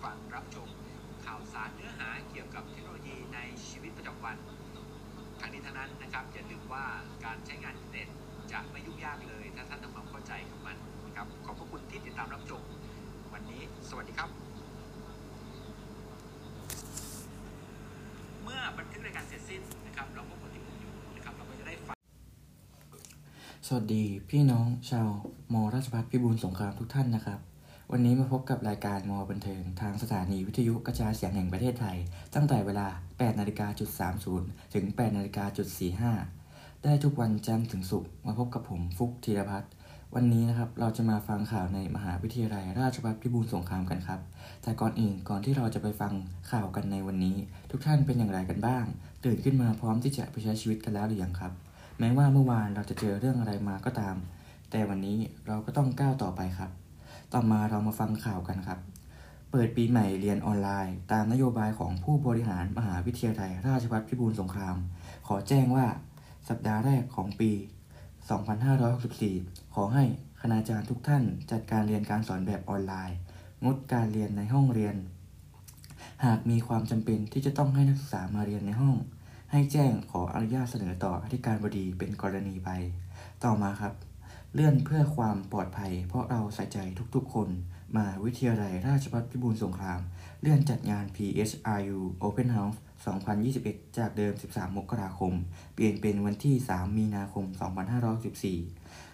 ฟังรับชมข่าวสารเนื้อหาเกี่ยวกับเทคโนโลยีในชีวิตประจำวันทั้งนี้ทั้งนั้นนะครับอย่าลืมว่าการใช้งานอินเทอร์เน็ตจะไม่ยุ่งยากเลยถ้าท่านทำความเข้าใจกับมันนะครับขอบพระคุณที่ติดตามรับชมวันนี้สวัสดีครับเมื่อบันทึกรายการเสร็จสิ้นนะครับเราก็กดที่ปุ่มอยู่นะครับเราก็จะได้ฟังสวัสดีพี่น้องชาวมราชภัฏพิบูลสงครามทุกท่านนะครับวันนี้มาพบกับรายการมบันเทิงทางสถานีวิทยุกระจายเสียงแห่งประเทศไทยตั้งแต่เวลา 8:30 ถึง 8:45 ได้ทุกวันจันทร์ถึงศุกร์มาพบกับผมฟุกธีรพัฒน์วันนี้นะครับเราจะมาฟังข่าวในมหาวิทยาลัยราชภัฏพิบูลสงครามกันครับแต่ก่อนที่เราจะไปฟังข่าวกันในวันนี้ทุกท่านเป็นอย่างไรกันบ้างตื่นขึ้นมาพร้อมที่จะไปใช้ชีวิตกันแล้วหรือยังครับแม้ว่าเมื่อวานเราจะเจอเรื่องอะไรมาก็ตามแต่วันนี้เราก็ต้องก้าวต่อไปครับต่อมาเรามาฟังข่าวกันครับเปิดปีใหม่เรียนออนไลน์ตามนโยบายของผู้บริหารมหาวิทยาลัยราชภัฏพิบูลสงครามขอแจ้งว่าสัปดาห์แรกของปี 2564 ขอให้คณาจารย์ทุกท่านจัดการเรียนการสอนแบบออนไลน์งดการเรียนในห้องเรียนหากมีความจำเป็นที่จะต้องให้นักศึกษามาเรียนในห้องให้แจ้งขออนุญาตเสนอต่ออธิการบดีเป็นกรณีไปต่อมาครับเลื่อนเพื่อความปลอดภัยเพราะเราใส่ใจทุกๆคนมาวิทยาลัยราชภัฏพิบูลสงครามเลื่อนจัดงาน PSRU Open House 2021 จากเดิม 13 มกราคมเปลี่ยนเป็นวันที่ 3 มีนาคม 2514